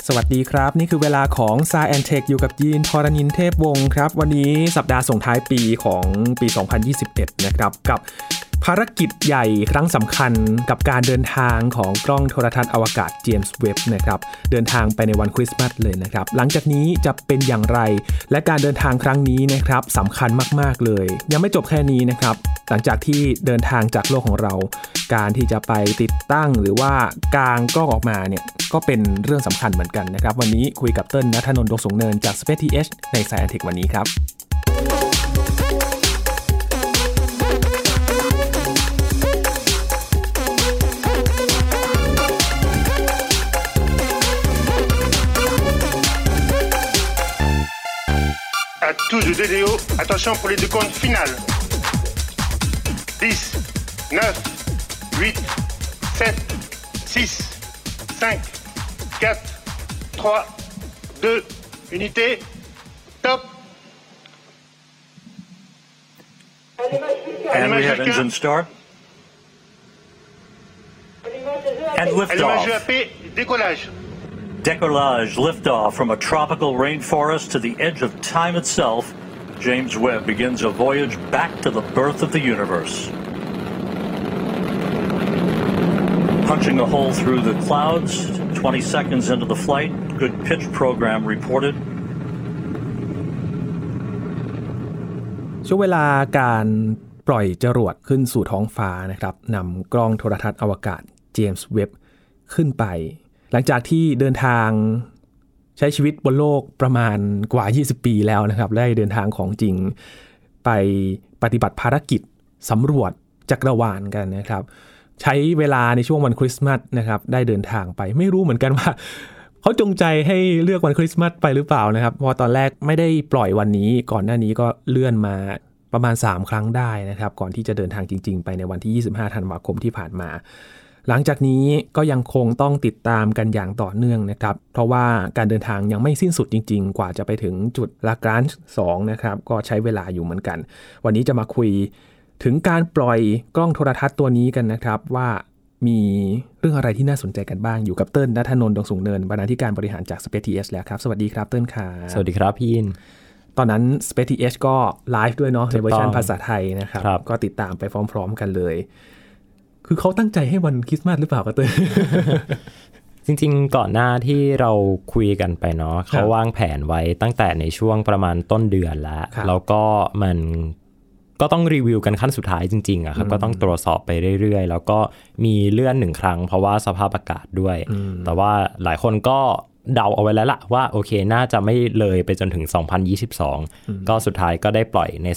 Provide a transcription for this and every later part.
สวัสดีครับนี่คือเวลาของ Science and Tech อยู่กับยีนทรณินเทพวงศ์ครับวันนี้สัปดาห์ส่งท้ายปีของปี 2021 นะครับกับภารกิจใหญ่ครั้งสำคัญกับการเดินทางของกล้องโทรทัศน์อวกาศเจมส์เว็บนะครับเดินทางไปในวันคริสต์มาสเลยนะครับหลังจากนี้จะเป็นอย่างไรและการเดินทางครั้งนี้นะครับสำคัญมากๆเลยยังไม่จบแค่นี้นะครับหลังจากที่เดินทางจากโลกของเราการที่จะไปติดตั้งหรือว่ากางกล้องออกมาเนี่ยก็เป็นเรื่องสำคัญเหมือนกันนะครับวันนี้คุยกับเติ้ลณัฐนนท์ ดวงสูงเนินจาก Space TH ใน Science and Tech วันนี้ครับ À tous de DDO, attention pour les décomptes finales. 10, 9, 8, 7, 6, 5, 4, 3, 2, unité, top. And we have engine start. And liftoff. Allumage EAP, décollage. Decollage, liftoff from a tropical rainforest to the edge of time itself. James Webb begins a voyage back to the birth of the universe. Punching a hole through the clouds, 20 seconds into the flight, good pitch program reported. ช่วงเวลาการปล่อยจรวดขึ้นสู่ท้องฟ้านะครับนำกล้องโทรทัศน์อวกาศเจมส์เว็บขึ้นไปหลังจากที่เดินทางใช้ชีวิตบนโลกประมาณกว่า20ปีแล้วนะครับได้เดินทางของจริงไปปฏิบัติภารกิจสำรวจจักรวาลกันนะครับใช้เวลาในช่วงวันคริสต์มาสนะครับได้เดินทางไปไม่รู้เหมือนกันว่าเขาจงใจให้เลือกวันคริสต์มาสไปหรือเปล่านะครับเพราะตอนแรกไม่ได้ปล่อยวันนี้ก่อนหน้านี้ก็เลื่อนมาประมาณ3ครั้งได้นะครับก่อนที่จะเดินทางจริงๆไปในวันที่25ธันวาคมที่ผ่านมาหลังจากนี้ก็ยังคงต้องติดตามกันอย่างต่อเนื่องนะครับเพราะว่าการเดินทางยังไม่สิ้นสุดจริงๆกว่าจะไปถึงจุดลากรานจ์2นะครับก็ใช้เวลาอยู่เหมือนกันวันนี้จะมาคุยถึงการปล่อยกล้องโทรทัศน์ตัวนี้กันนะครับว่ามีเรื่องอะไรที่น่าสนใจกันบ้างอยู่กับเติ้ลณัฐนนท์ ดวงสูงเนินบรรณาธิการบริหารจาก Space TH แล้วครับสวัสดีครับเติ้ลครับสวัสดีครับพี่ยินตอนนั้น Space TH ก็ไลฟ์ด้วยเนาะในเวอร์ชันภาษาไทยนะครับก็ติดตามไปพร้อมๆกันเลยคือเขาตั้งใจให้วันคริสต์มาสหรือเปล่าครับเต้ยจริงๆก่อนหน้าที่เราคุยกันไปเนาะเขาวางแผนไว้ตั้งแต่ในช่วงประมาณต้นเดือนแล้วก็มันก็ต้องรีวิวกันขั้นสุดท้ายจริงๆอะครับก็ต้องตรวจสอบไปเรื่อยๆแล้วก็มีเลื่อน1ครั้งเพราะว่าสภาพอากาศด้วยแต่ว่าหลายคนก็เดาเอาไว้แล้วล่ะว่าโอเคน่าจะไม่เลยไปจนถึง2022ก็สุดท้ายก็ได้ปล่อยใน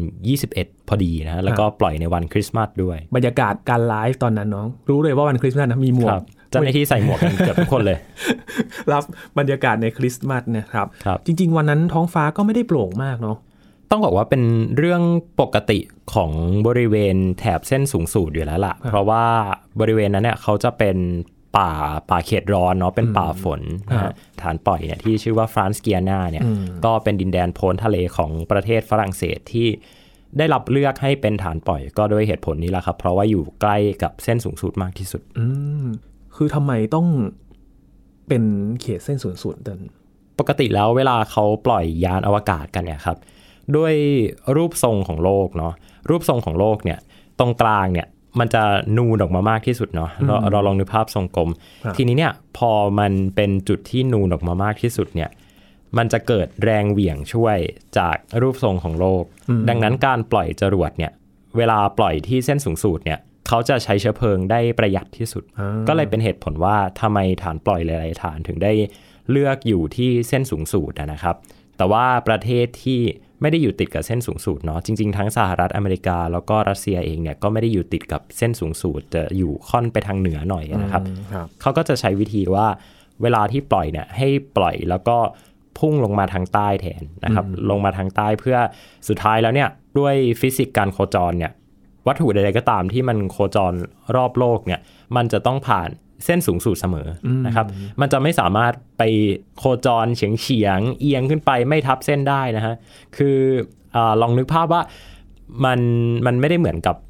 2021พอดีนะแล้วก็ปล่อยในวันคริสต์มาสด้วยบรรยากาศการไลฟ์ตอนนั้นน้องรู้เลยว่าวันคริสต์มาสนะมีหมวกเจ้าหน้าที่ใส่หมวกกันเกือบทุกคนเลยรับบรรยากาศในคริสต์มาสนะครับจริงๆวันนั้นท้องฟ้าก็ไม่ได้โปร่งมากเนาะต้องบอกว่าเป็นเรื่องปกติของบริเวณแถบเส้นสูงสุดอยู่แล้วล่ะเพราะว่าบริเวณนั้นเนี่ยเขาจะเป็นป่าเขตร้อนเนาะเป็นป่าฝนนะฐานปล่อยเนี่ยที่ชื่อว่าฟรานซ์เกียนาเนี่ยก็เป็นดินแดนโพ้นทะเลของประเทศฝรั่งเศสที่ได้รับเลือกให้เป็นฐานปล่อยก็ด้วยเหตุผลนี้แหละครับเพราะว่าอยู่ใกล้กับเส้นสูงสุดมากที่สุดคือทำไมต้องเป็นเขตเส้นสูงสุดดันปกติแล้วเวลาเขาปล่อยยานอวกาศกันเนี่ยครับด้วยรูปทรงของโลกเนาะรูปทรงของโลกเนี่ยตรงกลางเนี่ยมันจะนูนออกมามากที่สุดเนาะเราลองนึกภาพทรงกลมทีนี้เนี่ยพอมันเป็นจุดที่นูนออกมามากที่สุดเนี่ยมันจะเกิดแรงเหวี่ยงช่วยจากรูปทรงของโลกดังนั้นการปล่อยจรวดเนี่ยเวลาปล่อยที่เส้นสูงสุดเนี่ยเขาจะใช้เชื้อเพลิงได้ประหยัดที่สุดก็เลยเป็นเหตุผลว่าทำไมฐานปล่อยหลายๆฐานถึงได้เลือกอยู่ที่เส้นสูงสุดนะครับแต่ว่าประเทศที่ไม่ได้อยู่ติดกับเส้นสูงสุดเนาะจริงๆทั้งสหรัฐอเมริกาแล้วก็รัสเซียเองเนี่ยก็ไม่ได้อยู่ติดกับเส้นสูงสุดจะอยู่ค่อนไปทางเหนือหน่อยนะครับเขาก็จะใช้วิธีว่าเวลาที่ปล่อยเนี่ยให้ปล่อยแล้วก็พุ่งลงมาทางใต้แทนนะครับลงมาทางใต้เพื่อสุดท้ายแล้วเนี่ยด้วยฟิสิกส์การโคจรเนี่ยวัตถุใดๆก็ตามที่มันโคจรรอบโลกเนี่ยมันจะต้องผ่านเส้นสูงสุดเสมอนะครับมันจะไม่สามารถไปโคจรเฉียงเอียงขึ้นไปไม่ทับเส้นได้นะฮะคือลองนึกภาพว่ามันไม่ได้เหมือนกับ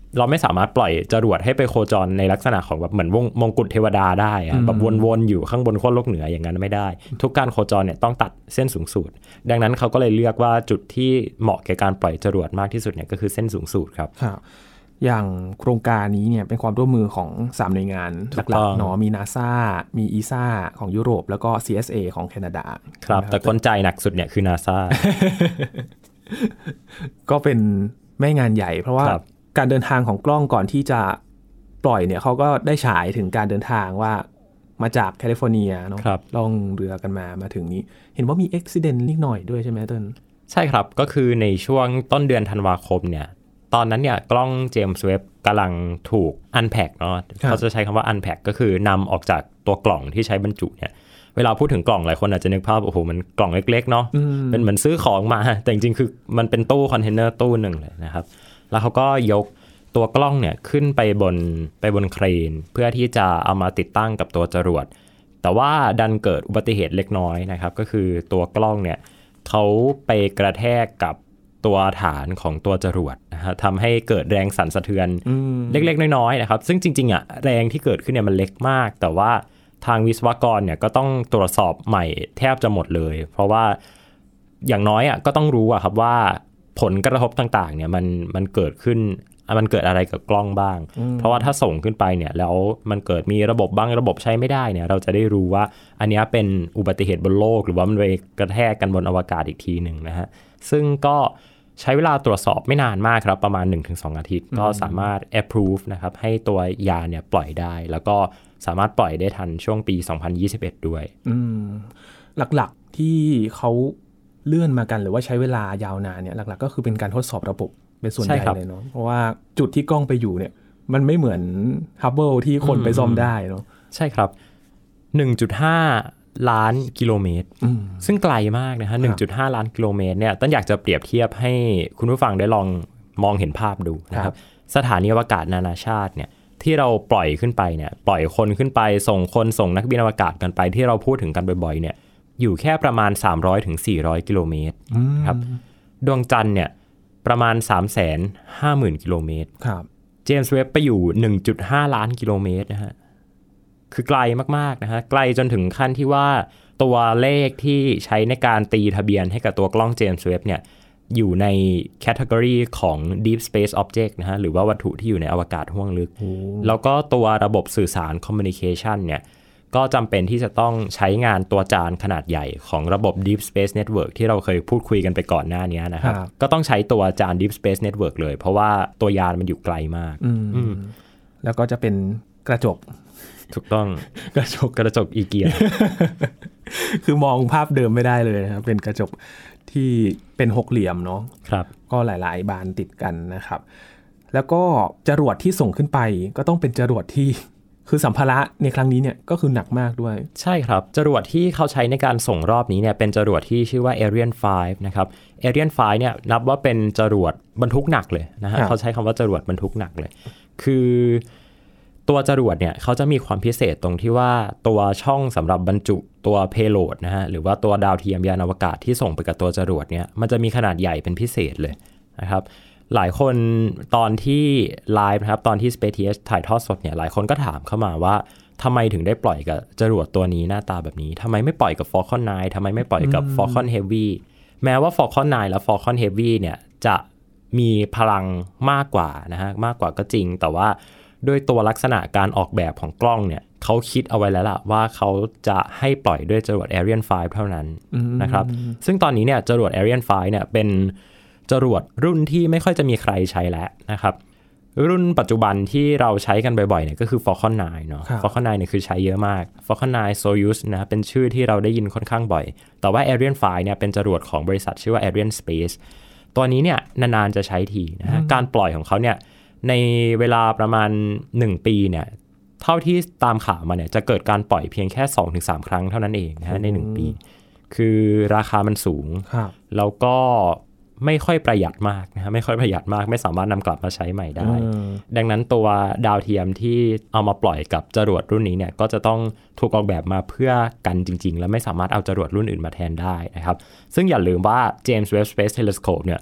เราไม่สามารถปล่อยจรวดให้ไปโคจรในลักษณะของแบบเหมือนมงกุฎเทวดาได้แบบวนๆอยู่ข้างบนขั้วโลกเหนืออย่างนั้นไม่ได้ทุกการโคจรเนี่ยต้องตัดเส้นศูนย์สูตรดังนั้นเขาก็เลยเลือกว่าจุดที่เหมาะแก่การปล่อยจรวดมากที่สุดเนี่ยก็คือเส้นศูนย์สูตรครับอย่างโครงการนี้เนี่ยเป็นความร่วมมือของ3หน่วยงานหลักๆเนาะมี NASA มี ESA ของยุโรปแล้วก็ CSA ของแคนาดาครับแต่คนจ่ายหนักสุดเนี่ยคือ NASA ก็เป็นแม่งานใหญ่เพราะว่าการเดินทางของกล้องก่อนที่จะปล่อยเนี่ยเขาก็ได้ฉายถึงการเดินทางว่ามาจากแคลิฟอร์เนียเนาะล่องเรือกันมาถึงนี้เห็นว่ามีอุบัติเหตุนิดหน่อยด้วยใช่ไหมเติ้ลใช่ครับก็คือในช่วงต้นเดือนธันวาคมเนี่ยตอนนั้นเนี่ยกล้องเจมส์เว็บกำลังถูกอันแพ็คเนาะเขาจะใช้คำว่าอันแพ็คก็คือนำออกจากตัวกล่องที่ใช้บรรจุเนี่ยเวลาพูดถึงกล่องหลายคนอาจจะนึกภาพโอ้โหมันกล่องเล็กๆเนาะเป็นเหมือนซื้อของมาแต่จริงๆคือมันเป็นตู้คอนเทนเนอร์ตู้หนึ่งเลยนะครับแล้วเขาก็ยกตัวกล้องเนี่ยขึ้นไปบนเครนเพื่อที่จะเอามาติดตั้งกับตัวจรวดแต่ว่าดันเกิดอุบัติเหตุเล็กน้อยนะครับก็คือตัวกล้องเนี่ยเขาไปกระแทกกับตัวฐานของตัวจรวดนะฮะทำให้เกิดแรงสั่นสะเทือนเล็กๆน้อยๆนะครับซึ่งจริงๆอ่ะแรงที่เกิดขึ้นเนี่ยมันเล็กมากแต่ว่าทางวิศวกรเนี่ยก็ต้องตรวจสอบใหม่แทบจะหมดเลยเพราะว่าอย่างน้อยอ่ะก็ต้องรู้อ่ะครับว่าผลกระทบต่างๆเนี่ยมันเกิดขึ้นมันเกิดอะไรกับกล้องบ้างเพราะว่าถ้าส่งขึ้นไปเนี่ยแล้วมันเกิดมีระบบบางระบบใช้ไม่ได้เนี่ยเราจะได้รู้ว่าอันนี้เป็นอุบัติเหตุบนโลกหรือว่ามันไปกระแทกกันบนอวกาศอีกทีหนึ่งนะฮะซึ่งก็ใช้เวลาตรวจสอบไม่นานมากครับประมาณ 1-2 อาทิตย์ก็สามารถ approve นะครับให้ตัวยาเนี่ยปล่อยได้แล้วก็สามารถปล่อยได้ทันช่วงปี 2021 ด้วยหลักๆที่เขาเลื่อนมากันหรือว่าใช้เวลายาวนานเนี่ยหลักๆก็คือเป็นการทดสอบระบบเป็นส่วนใหญ่เลยเนาะเพราะว่าจุดที่กล้องไปอยู่เนี่ยมันไม่เหมือนฮับเบิลที่คนไปซ่อมได้เนาะใช่ครับ 1.5 ล้านกิโลเมตรซึ่งไกลมากนะฮะ 1.5 ล้านกิโลเมตรเนี่ยต้นอยากจะเปรียบเทียบให้คุณผู้ฟังได้ลองมองเห็นภาพดูนะครับสถานีอวกาศนานาชาติเนี่ยที่เราปล่อยขึ้นไปเนี่ยปล่อยคนขึ้นไปส่งนักบินอวกาศกันไปที่เราพูดถึงกันบ่อยๆเนี่ยอยู่แค่ประมาณ 300-400 กิโลเมตรครับดวงจันทร์เนี่ยประมาณ 350,000 กิโลเมตรเจมส์เว็บไปอยู่ 1.5 ล้านกิโลเมตรนะฮะคือไกลมากๆนะฮะไกลจนถึงขั้นที่ว่าตัวเลขที่ใช้ในการตีทะเบียนให้กับตัวกล้องเจมส์เว็บเนี่ยอยู่ในแคตตากรีของ Deep Space Object นะฮะหรือว่าวัตถุที่อยู่ในอวกาศห้วงลึกแล้วก็ตัวระบบสื่อสาร Communication เนี่ยก็จำเป็นที่จะต้องใช้งานตัวจานขนาดใหญ่ของระบบ Deep Space Network ที่เราเคยพูดคุยกันไปก่อนหน้านี้นะครับก็ต้องใช้ตัวจาน Deep Space Network เลยเพราะว่าตัวยานมันอยู่ไกลมากแล้วก็จะเป็นกระจกถูกต้องกระจกอีเกียคือมองภาพเดิมไม่ได้เลยนะครับเป็นกระจกที่เป็นหกเหลี่ยมเนาะครับก็หลายๆบานติดกันนะครับแล้วก็จรวดที่ส่งขึ้นไปก็ต้องเป็นจรวดที่คือสัมภาระในครั้งนี้เนี่ยก็คือหนักมากด้วยใช่ครับจรวดที่เขาใช้ในการส่งรอบนี้เนี่ยเป็นจรวดที่ชื่อว่า Ariane 5 นะครับ Ariane 5 เนี่ยนับว่าเป็นจรวดบรรทุกหนักเลยนะฮะเขาใช้คำว่าจรวดบรรทุกหนักเลยคือตัวจรวดเนี่ยเขาจะมีความพิเศษตรงที่ว่าตัวช่องสำหรับบรรจุตัว payload นะฮะหรือว่าตัวดาวเทียมยานอวกาศที่ส่งไปกับตัวจรวดเนี่ยมันจะมีขนาดใหญ่เป็นพิเศษเลยนะครับหลายคนตอนที่ไลฟ์นะครับตอนที่ SpaceX ถ่ายทอดสดเนี่ยหลายคนก็ถามเข้ามาว่าทำไมถึงได้ปล่อยกับจรวดตัวนี้หน้าตาแบบนี้ทำไมไม่ปล่อยกับ Falcon 9ทำไมไม่ปล่อยกับ Falcon Heavy แม้ว่า Falcon 9 และ Falcon Heavy เนี่ยจะมีพลังมากกว่านะฮะมากกว่าก็จริงแต่ว่าด้วยตัวลักษณะการออกแบบของกล้องเนี่ยเขาคิดเอาไว้แล้วล่ะว่าเขาจะให้ปล่อยด้วยจรวด Ariane 5 เท่านั้นนะครับซึ่งตอนนี้เนี่ยจรวด Ariane 5 เนี่ยเป็นจรวดรุ่นที่ไม่ค่อยจะมีใครใช้แล้วนะครับรุ่นปัจจุบันที่เราใช้กันบ่อยๆเนี่ยก็คือ Falcon 9 เนาะ Falcon 9 เนี่ยคือใช้เยอะมาก Falcon 9 Soyuz นะเป็นชื่อที่เราได้ยินค่อนข้างบ่อยแต่ว่า Ariane 5 เนี่ยเป็นจรวดของบริษัทชื่อว่า Ariane Space ตัวนี้เนี่ยนานๆจะใช้ทีนะฮะการปล่อยของเขาเนี่ยในเวลาประมาณ1ปีเนี่ยเท่าที่ตามข่าวมาเนี่ยจะเกิดการปล่อยเพียงแค่ 2-3 ครั้งเท่านั้นเองนะฮะใน1ปีคือราคามันสูงแล้วก็ไม่ค่อยประหยัดมากนะฮะไม่ค่อยประหยัดมากไม่สามารถนำกลับมาใช้ใหม่ได้ดังนั้นตัวดาวเทียมที่เอามาปล่อยกับจรวดรุ่นนี้เนี่ยก็จะต้องถูกออกแบบมาเพื่อกันจริงๆและไม่สามารถเอาจรวดรุ่นอื่นมาแทนได้นะครับซึ่งอย่าลืมว่า James Webb Space Telescope เนี่ย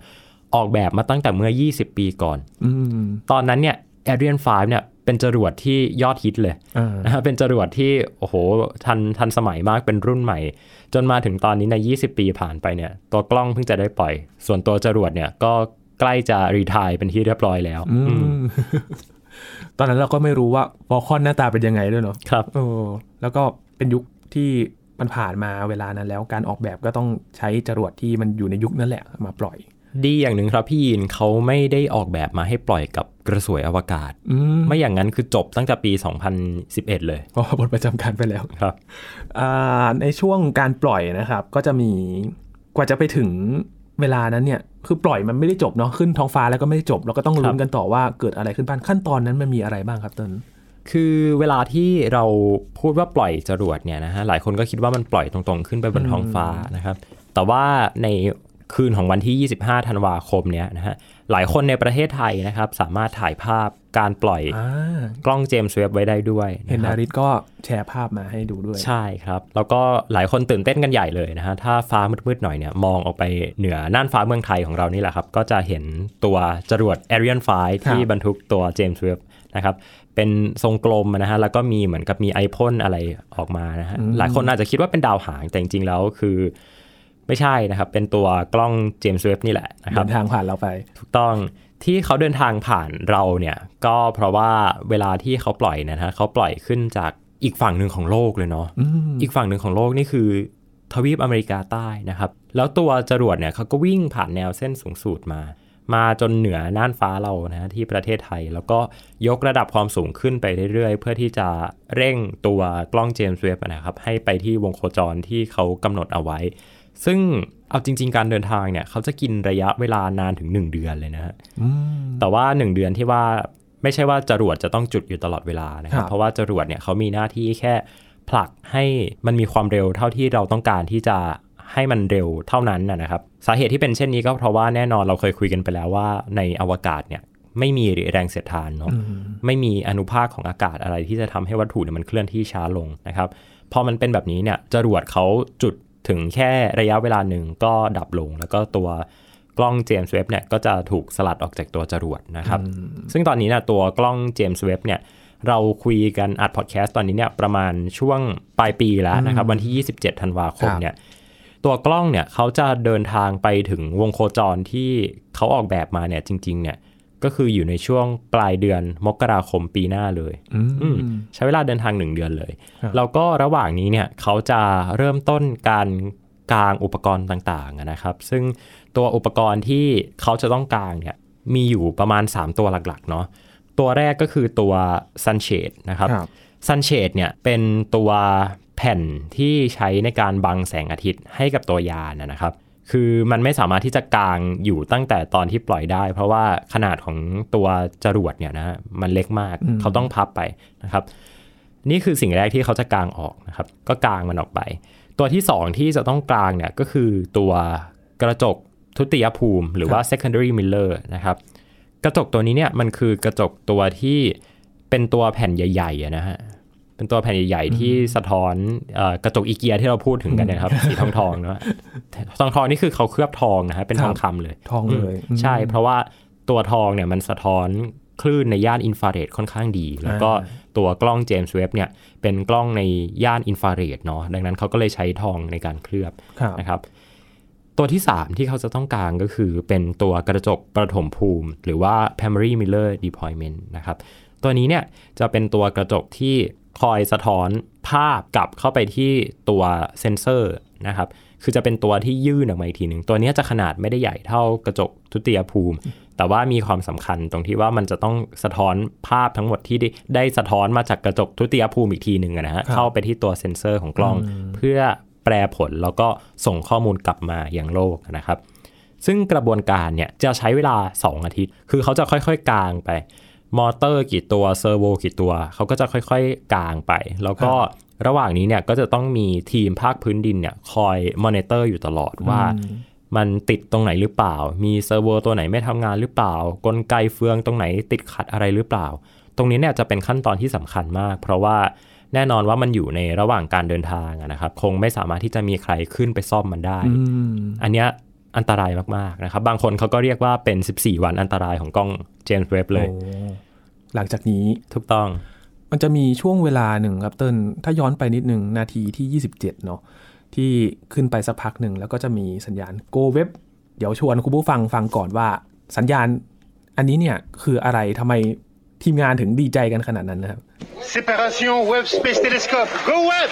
ออกแบบมาตั้งแต่เมื่อ20ปีก่อนตอนนั้นเนี่ย Ariane 5เนี่ยเป็นจรวดที่ยอดฮิตเลยนะฮะเป็นจรวดที่โอ้โหทันสมัยมากเป็นรุ่นใหม่จนมาถึงตอนนี้ใน20ปีผ่านไปเนี่ยตัวกล้องเพิ่งจะได้ปล่อยส่วนตัวจรวดเนี่ยก็ใกล้จะรีไทร์เป็นที่เรียบร้อยแล้วตอนนั้นเราก็ไม่รู้ว่าFalconหน้าตาเป็นยังไงด้วยเนาะครับแล้วก็เป็นยุคที่มันผ่านมาเวลานั้นแล้วการออกแบบก็ต้องใช้จรวดที่มันอยู่ในยุคนั้นแหละมาปล่อยดีอย่างหนึ่งครับพี่ยินเขาไม่ได้ออกแบบมาให้ปล่อยกับกระสวยอวกาศไม่อย่างนั้นคือจบตั้งแต่ปี2011เลยเพราะหมดประจำการไปแล้วครับในช่วงการปล่อยนะครับก็จะมีกว่าจะไปถึงเวลานั้นเนี่ยคือปล่อยมันไม่ได้จบเนาะขึ้นท้องฟ้าแล้วก็ไม่ได้จบเราก็ต้องลุ้นกันต่อว่าเกิดอะไรขึ้นบ้างขั้นตอนนั้นมันมีอะไรบ้างครับต้นคือเวลาที่เราพูดว่าปล่อยจรวดเนี่ยนะฮะหลายคนก็คิดว่ามันปล่อยตรงๆขึ้นไปบนท้องฟ้านะครับแต่ว่าในคืนของวันที่25ธันวาคมเนี้ยนะฮะหลายคนในประเทศไทยนะครับสามารถถ่ายภาพการปล่อยกล้องเจมส์เว็บไว้ได้ด้วยเห็นนาริศก็แชร์ภาพมาให้ดูด้วยใช่ครับแล้วก็หลายคนตื่นเต้นกันใหญ่เลยนะฮะถ้าฟ้ามืดๆหน่อยเนี่ยมองออกไปเหนือน่านฟ้าเมืองไทยของเรานี่แหละครับก็จะเห็นตัวจรวด Ariane 5ที่บรรทุกตัวเจมส์เว็บนะครับเป็นทรงกลมนะฮะแล้วก็มีเหมือนกับมีไอพ่นอะไรออกมานะฮะหลายคนอาจจะคิดว่าเป็นดาวหางแต่จริงๆแล้วคือไม่ใช่นะครับเป็นตัวกล้องเจมส์เว็บนี่แหละนะครับเดินทางผ่านเราไปถูกต้องที่เขาเดินทางผ่านเราเนี่ยก็เพราะว่าเวลาที่เขาปล่อยนะฮะเขาปล่อยขึ้นจากอีกฝั่งหนึ่งของโลกเลยเนาะอีกฝั่งหนึ่งของโลกนี่คือทวีปอเมริกาใต้นะครับแล้วตัวจรวดเนี่ยเขาก็วิ่งผ่านแนวเส้นสูงสุดมาจนเหนือน่านฟ้าเรานะที่ประเทศไทยแล้วก็ยกระดับความสูงขึ้นไปเรื่อยๆเพื่อที่จะเร่งตัวกล้องเจมส์เว็บนะครับให้ไปที่วงโคจรที่เขากำหนดเอาไว้ซึ่งเอาจริงๆการเดินทางเนี่ยเขาจะกินระยะเวลานานถึง1เดือนเลยนะฮะแต่ว่า1เดือนที่ว่าไม่ใช่ว่าจรวดจะต้องจุดอยู่ตลอดเวลานะครับเพราะว่าจรวดเนี่ยเขามีหน้าที่แค่ผลักให้มันมีความเร็วเท่าที่เราต้องการที่จะให้มันเร็วเท่านั้นนะครับสาเหตุที่เป็นเช่นนี้ก็เพราะว่าแน่นอนเราเคยคุยกันไปแล้วว่าในอวกาศเนี่ยไม่มีแรงเสียดทานเนาะไม่มีอนุภาคของอากาศอะไรที่จะทำให้วัตถุเนี่ยมันเคลื่อนที่ช้าลงนะครับพอมันเป็นแบบนี้เนี่ยจรวดเขาจุดถึงแค่ระยะเวลาหนึ่งก็ดับลงแล้วก็ตัวกล้องเจมส์เว็บเนี่ยก็จะถูกสลัดออกจากตัวจรวดนะครับซึ่งตอนนี้นะตัวกล้องเจมส์เว็บเนี่ยเราคุยกันอัดพอดแคสต์ตอนนี้เนี่ยประมาณช่วงปลายปีแล้วนะครับวันที่27ธันวาคมเนี่ยตัวกล้องเนี่ยเขาจะเดินทางไปถึงวงโคจรที่เขาออกแบบมาเนี่ยจริงๆเนี่ยก็คืออยู่ในช่วงปลายเดือนมกราคมปีหน้าเลยใช้เวลาเดินทาง1เดือนเลยแล้วก็ระหว่างนี้เนี่ยเขาจะเริ่มต้นการกางอุปกรณ์ต่างๆนะครับซึ่งตัวอุปกรณ์ที่เขาจะต้องกางเนี่ยมีอยู่ประมาณ3ตัวหลักๆเนาะตัวแรกก็คือตัว Sunshade นะครับ Sunshade เนี่ยเป็นตัวแผ่นที่ใช้ในการบังแสงอาทิตย์ให้กับตัวยานนะครับคือมันไม่สามารถที่จะกางอยู่ตั้งแต่ตอนที่ปล่อยได้เพราะว่าขนาดของตัวจรวดเนี่ยนะมันเล็กมากเขาต้องพับไปนะครับนี่คือสิ่งแรกที่เขาจะกางออกนะครับก็กางมันออกไปตัวที่2ที่จะต้องกางเนี่ยก็คือตัวกระจกทุติยภูมิหรือว่า secondary mirror นะครับกระจกตัวนี้เนี่ยมันคือกระจกตัวที่เป็นตัวแผ่นใหญ่ๆนะฮะเป็นตัวแผ่นใหญ่ๆที่สะท้อนกระจกอีเกียที่เราพูดถึงกันนะครับสีทองๆนะทองนี่คือเขาเคลือบทองนะฮะเป็นทองคำเลยทองเลยใช่เพราะว่าตัวทองเนี่ยมันสะท้อนคลื่นในย่านอินฟราเรดค่อนข้างดีแล้วก็ตัวกล้องเจมส์เว็บเนี่ยเป็นกล้องในย่านอินฟราเรดเนาะดังนั้นเขาก็เลยใช้ทองในการเคลือบนะครับตัวที่3ที่เขาจะต้องการก็คือเป็นตัวกระจกประถมภูมิหรือว่า primary mirror deployment นะครับตัวนี้เนี่ยจะเป็นตัวกระจกที่คอยสะท้อนภาพกลับเข้าไปที่ตัวเซ็นเซอร์นะครับคือจะเป็นตัวที่ยื่นออกมาอีกทีนึงตัวนี้จะขนาดไม่ได้ใหญ่เท่ากระจกทุติยภูมิแต่ว่ามีความสำคัญตรงที่ว่ามันจะต้องสะท้อนภาพทั้งหมดที่ได้สะท้อนมาจากกระจกทุติยภูมิอีกทีนึงนะฮะเข้าไปที่ตัวเซ็นเซอร์ของกล้องเพื่อแปลผลแล้วก็ส่งข้อมูลกลับมายังโลกนะครับซึ่งกระบวนการเนี่ยจะใช้เวลา2อาทิตย์คือเขาจะค่อยๆกางไปมอเตอร์กี่ตัวเซอร์โวกี่ตัวเขาก็จะค่อยๆกางไปแล้วก็ระหว่างนี้เนี่ยก็จะต้องมีทีมภาคพื้นดินเนี่ยคอยมอนิเตอร์อยู่ตลอดว่ามันติดตรงไหนหรือเปล่ามีเซิร์ฟเวอร์ตัวไหนไม่ทำงานหรือเปล่ากลไกเฟืองตรงไหนติดขัดอะไรหรือเปล่าตรงนี้เนี่ยจะเป็นขั้นตอนที่สำคัญมากเพราะว่าแน่นอนว่ามันอยู่ในระหว่างการเดินทางนะครับคงไม่สามารถที่จะมีใครขึ้นไปซ่อมมันได้อันเนี้ยอันตรายมากๆนะครับบางคนเขาก็เรียกว่าเป็น14วันอันตรายของกล้องเจมส์เว็บเลยหลังจากนี้ถูกต้องมันจะมีช่วงเวลาหนึ่งครับเติ้ลถ้าย้อนไปนิดนึงนาทีที่27เนาะที่ขึ้นไปสักพักหนึ่งแล้วก็จะมีสัญญาณ Go Web เดี๋ยวชวนคุณผู้ฟังก่อนว่าสัญญาณอันนี้เนี่ยคืออะไรทำไมทีมงานถึงดีใจกันขนาดนั้นนะครับ Séparation Webb Space Telescope Go Webb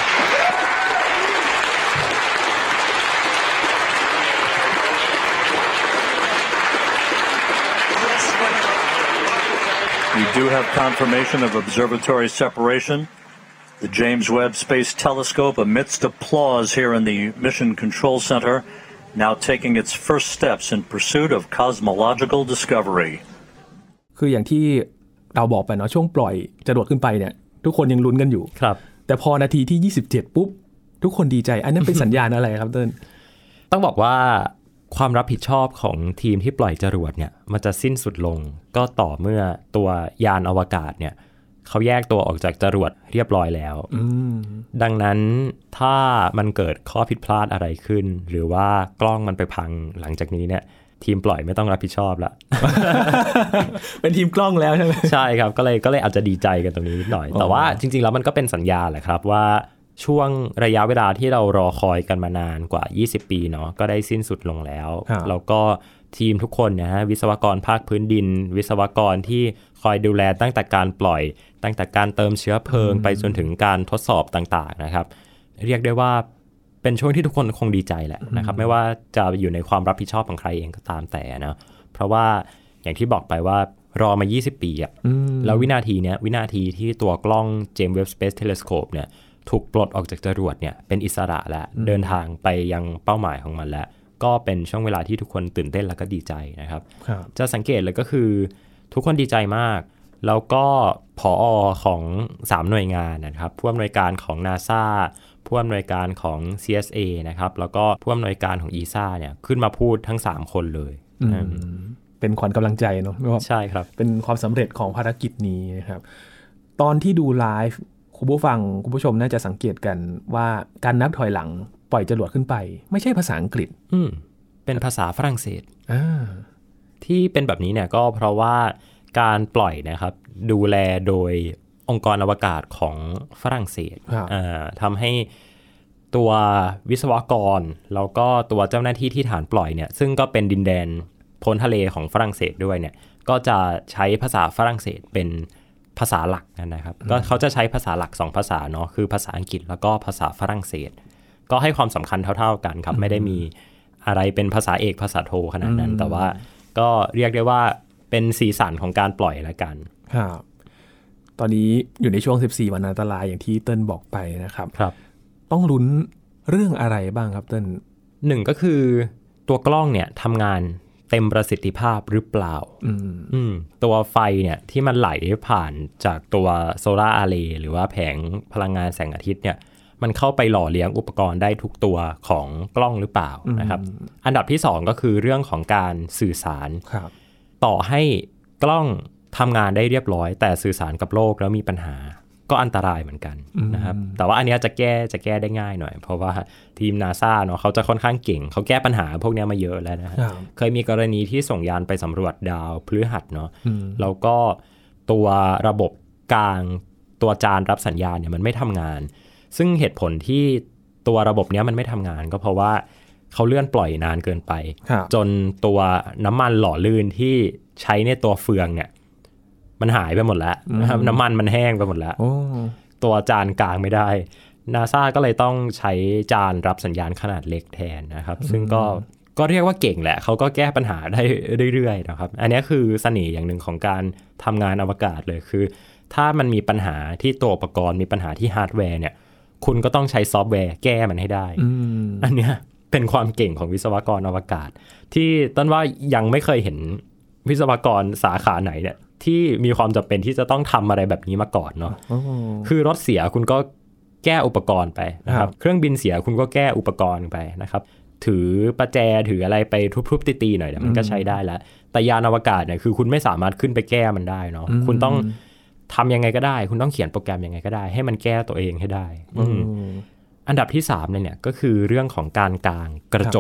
We do have confirmation of observatory separation. The James Webb Space Telescope, amidst applause here in the Mission Control Center, now taking its first steps in pursuit of cosmological discovery. คืออย่างที่เราบอกไปเนาะช่วงปล่อยจรวดขึ้นไปเนี่ยทุกคนยังลุ้นกันอยู่ครับแต่พอนาทีที่27ปุ๊บทุกคนดีใจอันนั้นเป็นสัญญาณอะไรครับเติ้ลต้องบอกว่าความรับผิดชอบของทีมที่ปล่อยจรวดเนี่ยมันจะสิ้นสุดลงก็ต่อเมื่อตัวยานอวกาศเนี่ยเขาแยกตัวออกจากจรวดเรียบร้อยแล้วดังนั้นถ้ามันเกิดข้อผิดพลาดอะไรขึ้นหรือว่ากล้องมันไปพังหลังจากนี้เนี่ยทีมปล่อยไม่ต้องรับผิดชอบละเป็นทีมกล้องแล้วใช่ไหมใช่ครับก็เลยอาจจะดีใจกันตรงนี้นิดหน่อยแต่ว่าจริงๆแล้วมันก็เป็นสัญญาแหละครับว่าช่วงระยะเวลาที่เรารอคอยกันมานานกว่า20ปีเนาะก็ได้สิ้นสุดลงแล้วแล้วก็ทีมทุกคนนะฮะวิศวกรภาคพื้นดินวิศวกรที่คอยดูแลตั้งแต่การปล่อยตั้งแต่การเติมเชื้อเพลิงไปจนถึงการทดสอบต่างๆนะครับเรียกได้ว่าเป็นช่วงที่ทุกคนคงดีใจแหละนะครับไม่ว่าจะอยู่ในความรับผิดชอบของใครเองก็ตามแต่นะเพราะว่าอย่างที่บอกไปว่ารอมา20ปีอ่ะแล้ววินาทีที่ตัวกล้อง James Webb Space Telescope เนี่ยถูกปลดออกจากจรวดเนี่ยเป็นอิสระแล้วเดินทางไปยังเป้าหมายของมันแล้วก็เป็นช่วงเวลาที่ทุกคนตื่นเต้นแล้วก็ดีใจนะครับจะสังเกตเลยก็คือทุกคนดีใจมากแล้วก็ผอ.ของ3หน่วยงานนะครับผู้อำนวยการของ NASA ผู้อำนวยการของ CSA นะครับแล้วก็ผู้อำนวยการของ ESA เนี่ยขึ้นมาพูดทั้ง3คนเลยเป็นขวัญกำลังใจเนาะใช่ครับเป็นความสำเร็จของภารกิจนี้นะครับตอนที่ดูไลฟ์คุณผู้ชมน่าจะสังเกตกันว่าการนับถอยหลังปล่อยจรวดขึ้นไปไม่ใช่ภาษาอังกฤษเป็นภาษาฝรั่งเศสที่เป็นแบบนี้เนี่ยก็เพราะว่าการปล่อยนะครับดูแลโดยองค์กรอวกาศของฝรั่งเศสทำให้ตัววิศวกรแล้วก็ตัวเจ้าหน้าที่ที่ฐานปล่อยเนี่ยซึ่งก็เป็นดินแดนพ้นทะเลของฝรั่งเศสด้วยเนี่ยก็จะใช้ภาษาฝรั่งเศสเป็นภาษาหลักนะครับก็เขาจะใช้ภาษาหลัก2ภาษาเนาะคือภาษาอังกฤษแล้วก็ภาษาฝรั่งเศสก็ให้ความสำคัญเท่าๆกันครับไม่ได้มีอะไรเป็นภาษาเอกภาษาโทขนาดนั้นแต่ว่าก็เรียกได้ว่าเป็นสีสันของการปล่อยละกันครับตอนนี้อยู่ในช่วง14วันอันตรายอย่างที่เติ้ลบอกไปนะครับครับต้องลุ้นเรื่องอะไรบ้างครับเติ้ล 1ก็คือตัวกล้องเนี่ยทำงานเต็มประสิทธิภาพหรือเปล่าตัวไฟเนี่ยที่มันไหลผ่านจากตัวโซลาร์อาร์เรย์หรือว่าแผงพลังงานแสงอาทิตย์เนี่ยมันเข้าไปหล่อเลี้ยงอุปกรณ์ได้ทุกตัวของกล้องหรือเปล่านะครับอันดับที่2ก็คือเรื่องของการสื่อสารต่อให้กล้องทำงานได้เรียบร้อยแต่สื่อสารกับโลกแล้วมีปัญหาก็อันตรายเหมือนกันนะครับแต่ว่าอันนี้จะแก้ได้ง่ายหน่อยเพราะว่าทีม NASA เนาะเขาจะค่อนข้างเก่งเขาแก้ปัญหาพวกนี้มาเยอะแล้วนะเคยมีกรณีที่ส่งยานไปสำรวจดาวพฤหัสเนาะแล้วก็ตัวระบบกลางตัวจานรับสัญญาณเนี่ยมันไม่ทำงานซึ่งเหตุผลที่ตัวระบบนี้มันไม่ทำงานก็เพราะว่าเขาเลื่อนปล่อยนานเกินไปจนตัวน้ำมันหล่อลื่นที่ใช้ในตัวเฟืองเนี่ยมันหายไปหมดแล้วนะครับน้ำมันมันแห้งไปหมดแล้วตัวจานกลางไม่ได้ NASA ก็เลยต้องใช้จานรับสัญญาณขนาดเล็กแทนนะครับซึ่งก็เรียกว่าเก่งแหละเขาก็แก้ปัญหาได้เรื่อยๆนะครับอันนี้คือเสน่ห์อย่างหนึ่งของการทำงานอวกาศเลยคือถ้ามันมีปัญหาที่ตัวอุปกรณ์มีปัญหาที่ฮาร์ดแวร์เนี่ยคุณก็ต้องใช้ซอฟต์แวร์แก้มันให้ได้อันนี้เป็นความเก่งของวิศวกรอวกาศที่ต้นว่ายังไม่เคยเห็นวิศวกรสาขาไหนเนี่ยที่มีความจำเป็นที่จะต้องทำอะไรแบบนี้มาก่อนเนาะคือรถเสียคุณก็แก้อุปกรณ์ไปนะครับเครื่องบินเสียคุณก็แก้อุปกรณ์ไปนะครับถือประแจถืออะไรไปทุบๆตีๆหน่อยเดี๋ยวมันก็ใช้ได้แล้วแต่ยานอวกาศเนี่ยคือคุณไม่สามารถขึ้นไปแก้มันได้เนาะคุณต้องทำยังไงก็ได้คุณต้องเขียนโปรแกรมยังไงก็ได้ให้มันแก้ตัวเองให้ได้อันดับที่3เนี่ยก็คือเรื่องของการกางกระจก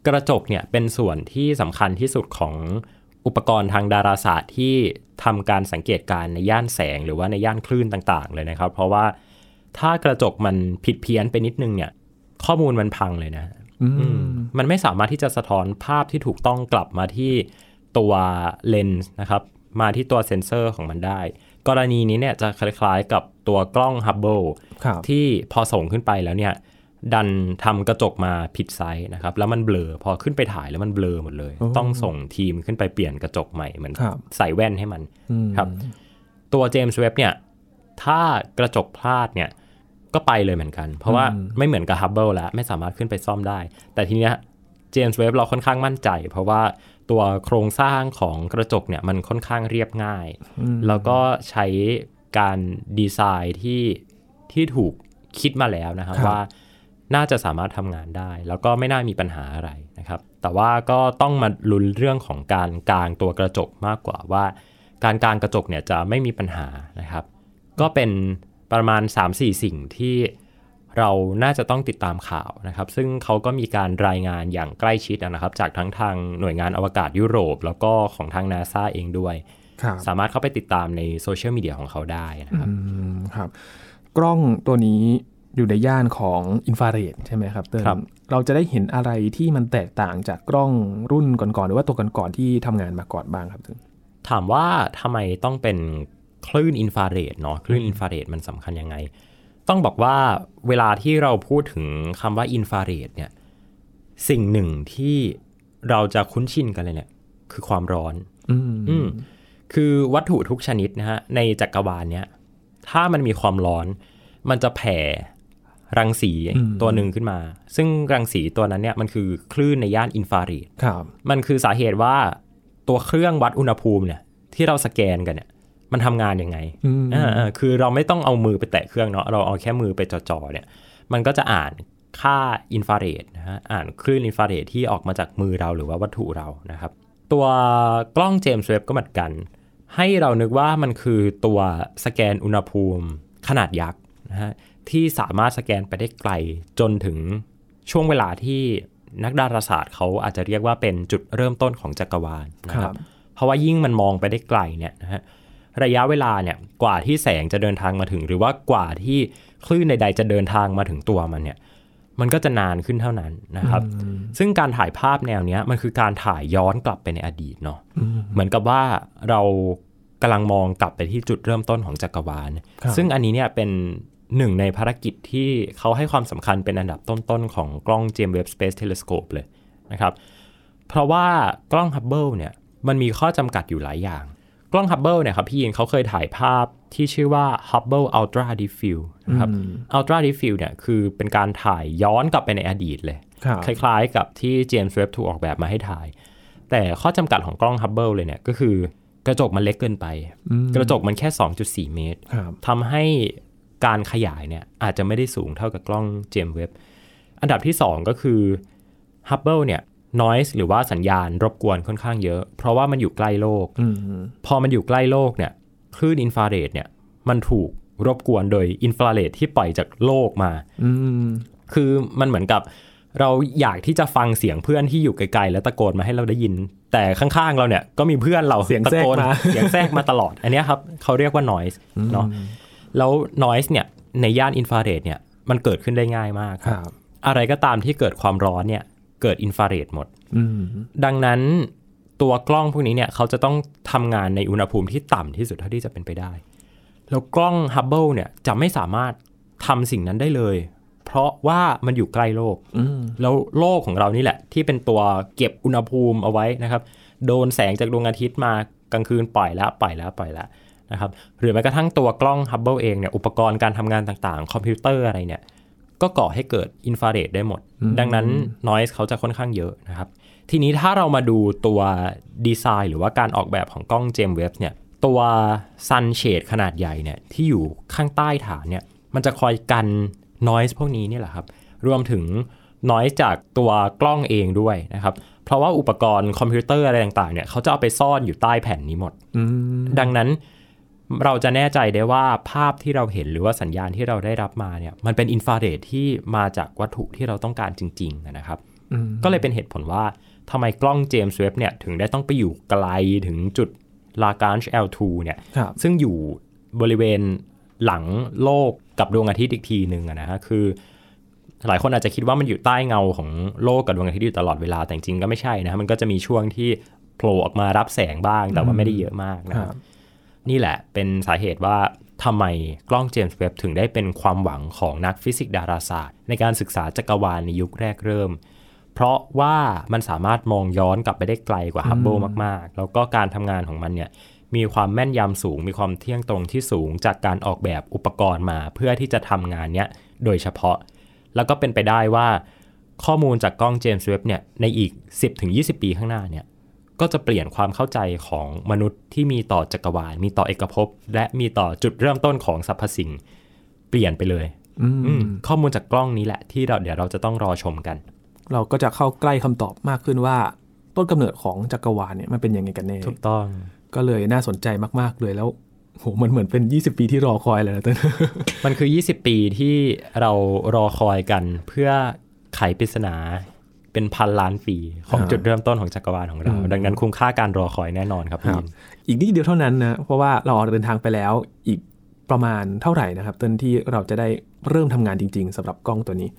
กระจกเนี่ยเป็นส่วนที่สำคัญที่สุดของอุปกรณ์ทางดาราศาสตร์ที่ทำการสังเกตการณ์ในย่านแสงหรือว่าในย่านคลื่นต่างๆเลยนะครับเพราะว่าถ้ากระจกมันผิดเพี้ยนไปนิดนึงเนี่ยข้อมูลมันพังเลยนะมันไม่สามารถที่จะสะท้อนภาพที่ถูกต้องกลับมาที่ตัวเลนส์นะครับมาที่ตัวเซ็นเซอร์ของมันได้กรณีนี้เนี่ยจะคล้ายๆกับตัวกล้อง Hubble ที่พอส่งขึ้นไปแล้วเนี่ยดันทำกระจกมาผิดไซส์นะครับแล้วมันเบลอพอขึ้นไปถ่ายแล้วมันเบลอหมดเลยต้องส่งทีมขึ้นไปเปลี่ยนกระจกใหม่เหมือนใส่แว่นให้มันครับตัวเจมส์เว็บเนี่ยถ้ากระจกพลาดเนี่ยก็ไปเลยเหมือนกันเพราะว่าไม่เหมือนกับ Hubble แล้วไม่สามารถขึ้นไปซ่อมได้แต่ทีเนี้ยเจมส์เว็บเราค่อนข้างมั่นใจเพราะว่าตัวโครงสร้างของกระจกเนี่ยมันค่อนข้างเรียบง่ายแล้วก็ใช้การดีไซน์ที่ถูกคิดมาแล้วนะครับว่าน่าจะสามารถทำงานได้แล้วก็ไม่น่ามีปัญหาอะไรนะครับแต่ว่าก็ต้องมาลุ้นเรื่องของการกางตัวกระจกมากกว่าว่าการกางกระจกเนี่ยจะไม่มีปัญหานะครับก็เป็นประมาณ 3-4 สิ่งที่เราน่าจะต้องติดตามข่าวนะครับซึ่งเขาก็มีการรายงานอย่างใกล้ชิดนะครับจากทั้งทางหน่วยงานอวกาศยุโรปแล้วก็ของทาง NASA เองด้วยสามารถเข้าไปติดตามในโซเชียลมีเดียของเขาได้นะครับครับกล้องตัวนี้อยู่ในย่านของอินฟราเรดใช่ไหมครับเราจะได้เห็นอะไรที่มันแตกต่างจากกล้องรุ่นก่อนๆหรือว่าตัวก่อนๆที่ทำงานมาก่อนบ้างครับถามว่าทำไมต้องเป็นคลื่นอินฟราเรดเนาะคลื่นอินฟราเรดมันสำคัญยังไงต้องบอกว่าเวลาที่เราพูดถึงคำว่าอินฟราเรดเนี่ยสิ่งหนึ่งที่เราจะคุ้นชินกันเลยเนี่ยคือความร้อนคือวัตถุทุกชนิดนะฮะในจักรวาลเนี้ยถ้ามันมีความร้อนมันจะแผ่รังสีตัวหนึ่งขึ้นมาซึ่งรังสีตัวนั้นเนี่ยมันคือคลื่นในย่านอินฟราเรดมันคือสาเหตุว่าตัวเครื่องวัดอุณหภูมิเนี่ยที่เราสแกนกันเนี่ยมันทำงานยังไงคือเราไม่ต้องเอามือไปแตะเครื่องเนาะเราเอาแค่มือไปจ่อๆเนี่ยมันก็จะอ่านค่าอินฟราเรดนะฮะอ่านคลื่นอินฟราเรดที่ออกมาจากมือเราหรือว่าวัตถุเรานะครับตัวกล้องเจมส์เว็บก็เหมือนกันให้เรานึกว่ามันคือตัวสแกนอุณหภูมิขนาดยักษ์นะฮะที่สามารถสแกนไปได้ไกลจนถึงช่วงเวลาที่นักดาราศาสตร์เขาอาจจะเรียกว่าเป็นจุดเริ่มต้นของจักรวาลนะครับเพราะว่ายิ่งมันมองไปได้ไกลเนี่ยนะฮะระยะเวลาเนี่ยกว่าที่แสงจะเดินทางมาถึงหรือว่ากว่าที่คลื่นใดๆจะเดินทางมาถึงตัวมันเนี่ยมันก็จะนานขึ้นเท่านั้นนะครับซึ่งการถ่ายภาพแนวนี้มันคือการถ่ายย้อนกลับไปในอดีตเนาะเหมือนกับว่าเรากำลังมองกลับไปที่จุดเริ่มต้นของจักรวาลซึ่งอันนี้เนี่ยเป็นหนึ่งในภารกิจที่เขาให้ความสำคัญเป็นอันดับต้นๆของกล้องเจมส์เว็บ Space Telescope เลยนะครับเพราะว่ากล้อง Hubble เนี่ยมันมีข้อจำกัดอยู่หลายอย่างกล้อง Hubble เนี่ยครับพี่ยินเขาเคยถ่ายภาพที่ชื่อว่า Hubble Ultra Deep Field นะครับ Ultra Deep Field เนี่ยคือเป็นการถ่ายย้อนกลับไปในอดีตเลยคล้ายๆกับที่เจมส์เว็บถูกออกแบบมาให้ถ่ายแต่ข้อจำกัดของกล้อง Hubble เลยเนี่ยก็คือกระจกมันเล็กเกินไปกระจกมันแค่ 2.4 เมตรทำให้การขยายเนี่ยอาจจะไม่ได้สูงเท่ากับกล้องเจมส์เว็บอันดับที่2ก็คือ Hubble เนี่ยnoise หรือว่าสัญญาณรบกวนค่อนข้างเยอะเพราะว่ามันอยู่ใกล้โลกพอมันอยู่ใกล้โลกเนี่ยคลื่นอินฟราเรดเนี่ยมันถูกรบกวนโดยอินฟราเรดที่ปล่อยจากโลกมาคือมันเหมือนกับเราอยากที่จะฟังเสียงเพื่อนที่อยู่ไกลๆแล้วตะโกนมาให้เราได้ยินแต่ข้างๆเราเนี่ยก็มีเพื่อนเราตะโกนเสียงแทรกมาตลอดอันนี้ครับเขาเรียกว่า noise เนาะแล้ว noise เนี่ยในย่านอินฟราเรดเนี่ยมันเกิดขึ้นได้ง่ายมากครับอะไรก็ตามที่เกิดความร้อนเนี่ยเกิดอินฟราเรดหมดดังนั้นตัวกล้องพวกนี้เนี่ยเขาจะต้องทำงานในอุณหภูมิที่ต่ำที่สุดเท่าที่จะเป็นไปได้แล้วกล้อง Hubble เนี่ยจะไม่สามารถทำสิ่งนั้นได้เลยเพราะว่ามันอยู่ใกล้โลกแล้วโลกของเรานี่แหละที่เป็นตัวเก็บอุณหภูมิเอาไว้นะครับโดนแสงจากดวงอาทิตย์มากลางคืนปล่อยแล้วนะครับหรือแม้กระทั่งตัวกล้อง Hubble เองเนี่ยอุปกรณ์การทำงานต่างๆคอมพิวเตอร์อะไรเนี่ยก็ก่อให้เกิดอินฟราเรดได้หมดดังนั้น noise เขาจะค่อนข้างเยอะนะครับทีนี้ถ้าเรามาดูตัวดีไซน์หรือว่าการออกแบบของกล้องเจมส์เว็บเนี่ยตัว sun shade ขนาดใหญ่เนี่ยที่อยู่ข้างใต้ฐานเนี่ยมันจะคอยกัน noise พวกนี้นี่แหละครับรวมถึง noise จากตัวกล้องเองด้วยนะครับเพราะว่าอุปกรณ์คอมพิวเตอร์อะไรต่างๆเนี่ยเขาจะเอาไปซ่อนอยู่ใต้แผ่นนี้หมดดังนั้นเราจะแน่ใจได้ว่าภาพที่เราเห็นหรือว่าสัญญาณที่เราได้รับมาเนี่ยมันเป็นอินฟราเรดที่มาจากวัตถุที่เราต้องการจริงๆนะครับก็เลยเป็นเหตุผลว่าทำไมกล้องเจมส์เว็บเนี่ยถึงได้ต้องไปอยู่ไกลถึงจุด Lagrange L2 เนี่ยซึ่งอยู่บริเวณหลังโลกกับดวงอาทิตย์อีกทีนึงนะฮะคือหลายคนอาจจะคิดว่ามันอยู่ใต้เงาของโลกกับดวงอาทิตย์อยู่ตลอดเวลาแต่จริงๆก็ไม่ใช่นะมันก็จะมีช่วงที่โผล่ออกมารับแสงบ้างแต่ว่าไม่ได้เยอะมากนะครับนี่แหละเป็นสาเหตุว่าทำไมกล้องเจมส์เว็บถึงได้เป็นความหวังของนักฟิสิกส์ดาราศาสตร์ในการศึกษาจักรวาลในยุคแรกเริ่มเพราะว่ามันสามารถมองย้อนกลับไปได้ไกลกว่าฮับเบิลมากๆแล้วก็การทำงานของมันเนี่ยมีความแม่นยำสูงมีความเที่ยงตรงที่สูงจากการออกแบบอุปกรณ์มาเพื่อที่จะทำงานเนี้ยโดยเฉพาะแล้วก็เป็นไปได้ว่าข้อมูลจากกล้องเจมส์เว็บเนี่ยในอีก 10-20 ปีข้างหน้าเนี่ยก็จะเปลี่ยนความเข้าใจของมนุษย์ที่มีต่อจักรวาลมีต่อเอกภพและมีต่อจุดเริ่มต้นของสรรพสิ่งเปลี่ยนไปเลยข้อมูลจากกล้องนี้แหละที่เดี๋ยวเราจะต้องรอชมกันเราก็จะเข้าใกล้คำตอบมากขึ้นว่าต้นกำเนิดของจักรวาลเนี่ยมันเป็นยังไงกันแน่ถูกต้องก็เลยน่าสนใจมากๆเลยแล้วโหมันเหมือนเป็น20ปีที่รอคอยเลยนะต้นมันคือ20ปีที่เรารอคอยกันเพื่อไขปริศนาเป็นพันล้านปีของจุดเริ่มต้นของจักรวาลของเราดังนั้นคุ้มค่าการรอคอยแน่นอนครับพี่อีกนิดเดียวเท่านั้นนะเพราะว่าเราออกเดินทางไปแล้วอีกประมาณเท่าไหร่นะครับต้นที่เราจะได้เริ่มทำงานจริงๆสำหรับกล้องตัวนี้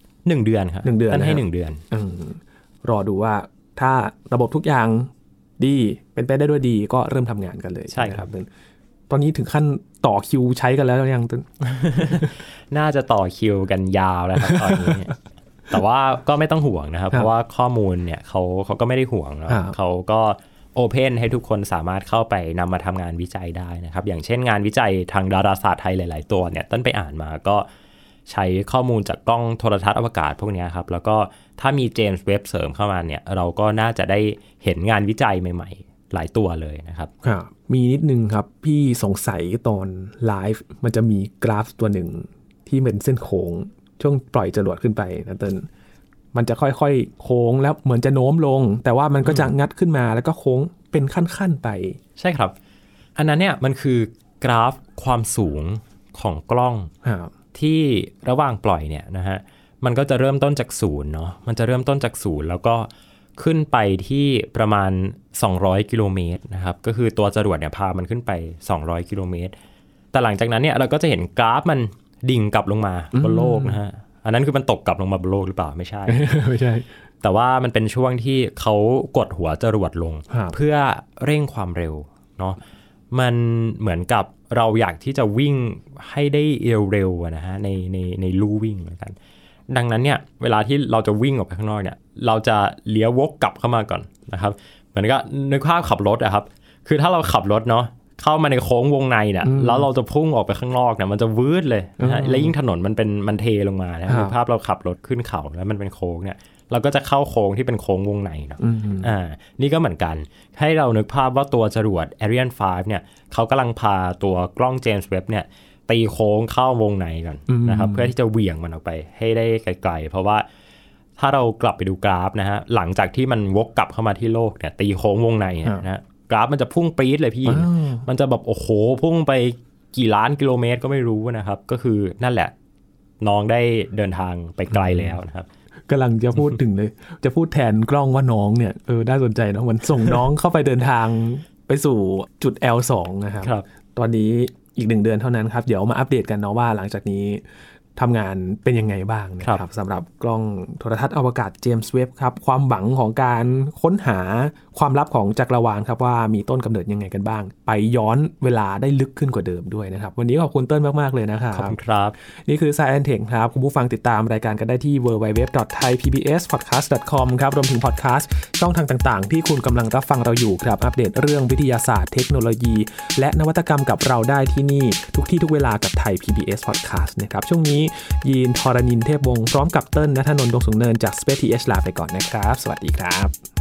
1 เดือนครับ 1 เดือนต้นให้1 เดือนรอดูว่าถ้าระบบทุกอย่างดีเป็นไปได้ด้วยดีก็เริ่มทำงานกันเลยใช่ครับตอนนี้ถึงขั้นต่อคิวใช้กันแล้วยังต้นน่าจะต่อคิวกันยาวแล้วครับตอนนี้ แต่ว่าก็ไม่ต้องห่วงนะครับเพราะว่าข้อมูลเนี่ยเขาก็ไม่ได้ห่วงนะเขาก็โอเพนให้ทุกคนสามารถเข้าไปนำมาทำงานวิจัยได้นะครับอย่างเช่นงานวิจัยทางดาราศาสตร์ไทยหลายๆตัวเนี่ยต้นไปอ่านมาก็ใช้ข้อมูลจากกล้องโทรทัศน์อวกาศพวกนี้ครับแล้วก็ถ้ามีเจมส์เว็บเสริมเข้ามาเนี่ยเราก็น่าจะได้เห็นงานวิจัยใหม่ๆหลายตัวเลยนะครับมีนิดนึงครับพี่สงสัยตอนไลฟ์มันจะมีกราฟตัวหนึ่งที่เป็นเส้นโค้งช่วงปล่อยจรวดขึ้นไปนะเติ้ลมันจะค่อยๆโค้งแล้วเหมือนจะโน้มลงแต่ว่ามันก็จะงัดขึ้นมาแล้วก็โค้งเป็นขั้นๆไปใช่ครับอันนั้นเนี่ยมันคือกราฟความสูงของกล้องที่ระหว่างปล่อยเนี่ยนะฮะมันก็จะเริ่มต้นจาก0เนาะมันจะเริ่มต้นจาก0แล้วก็ขึ้นไปที่ประมาณ200 กิโลเมตรนะครับก็คือตัวจรวดเนี่ยพามันขึ้นไป200 กิโลเมตรแต่หลังจากนั้นเนี่ยเราก็จะเห็นกราฟมันดิ่งกลับลงมาบนโลกนะฮะอันนั้นคือมันตกกลับลงมาบนโลกหรือเปล่าไม่ใช่ไม่ใช่แต่ว่ามันเป็นช่วงที่เขากดหัวจรวดลงเพื่อเร่งความเร็วเนาะมันเหมือนกับเราอยากที่จะวิ่งให้ได้เร็วๆนะฮะในลู่วิ่งเหมือนกันดังนั้นเนี่ยเวลาที่เราจะวิ่งออกไปข้างนอกเนี่ยเราจะเลี้ยววกกลับเข้ามาก่อนนะครับเหมือนกับนึกภาพขับรถอะครับคือถ้าเราขับรถเนาะเข้ามาในโค้งวงในเนี่ยแล้วเราจะพุ่งออกไปข้างนอกเนี่ยมันจะวืดเลยนะฮะและยิ่งถนนมันเทลงมานะนึกภาพเราขับรถขึ้นเขาแล้วมันเป็นโค้งเนี่ยเราก็จะเข้าโค้งที่เป็นโค้งวงในเนาะนี่ก็เหมือนกันให้เรานึกภาพว่าตัวจรวด Ariane 5 เนี่ยเขากำลังพาตัวกล้อง James Webb เนี่ยตีโค้งเข้าวงในก่อนนะครับเพื่อที่จะเหวี่ยงมันออกไปให้ได้ไกลๆเพราะว่าถ้าเรากลับไปดูกราฟนะฮะหลังจากที่มันวกกลับเข้ามาที่โลกเนี่ยตีโค้งวงในนะฮะกราฟมันจะพุ่งปรี๊ดเลยพี่มันจะแบบโอ้โหพุ่งไปกี่ล้านกิโลเมตรก็ไม่รู้นะครับก็คือนั่นแหละน้องได้เดินทางไปไกลแล้วนะครับกำลังจะพูดถึงเลยจะพูดแทนกล้องว่าน้องเนี่ยน่าสนใจนะมันส่งน้องเข้าไปเดินทางไปสู่จุด L2 นะครับตอนนี้อีก1 เดือนเท่านั้นครับเดี๋ยวมาอัปเดตกันเนาะว่าหลังจากนี้ทำงานเป็นยังไงบ้างนะครับสำหรับกล้องโทรทัศน์อวกาศเจมส์เว็บครับความหวังของการค้นหาความลับของจักรวาลครับว่ามีต้นกำเนิดยังไงกันบ้างไปย้อนเวลาได้ลึกขึ้นกว่าเดิมด้วยนะครับวันนี้ขอบคุณเติ้ลมากๆเลยนะครับขอบคุณครับนี่คือ Science Tech ครับคุณผู้ฟังติดตามรายการกันได้ที่ www.thaipbspodcast.com ครับรวมถึงพอดแคสต์ช่องทางต่างๆที่คุณกำลังรับฟังเราอยู่ครับอัปเดตเรื่องวิทยาศาสตร์เทคโนโลยีและนวัตกรรมกับเราได้ที่นี่ทุกที่ทุกเวลากับไทย PBS Podcast นะครับช่วงนี้ยีนทรณินเทพวงศ์พร้อมกับเติ้ลณัฐนนท์ ดวงสูงเนินจาก Space TH ลาไปก่อนนะครับสวัสดีครับ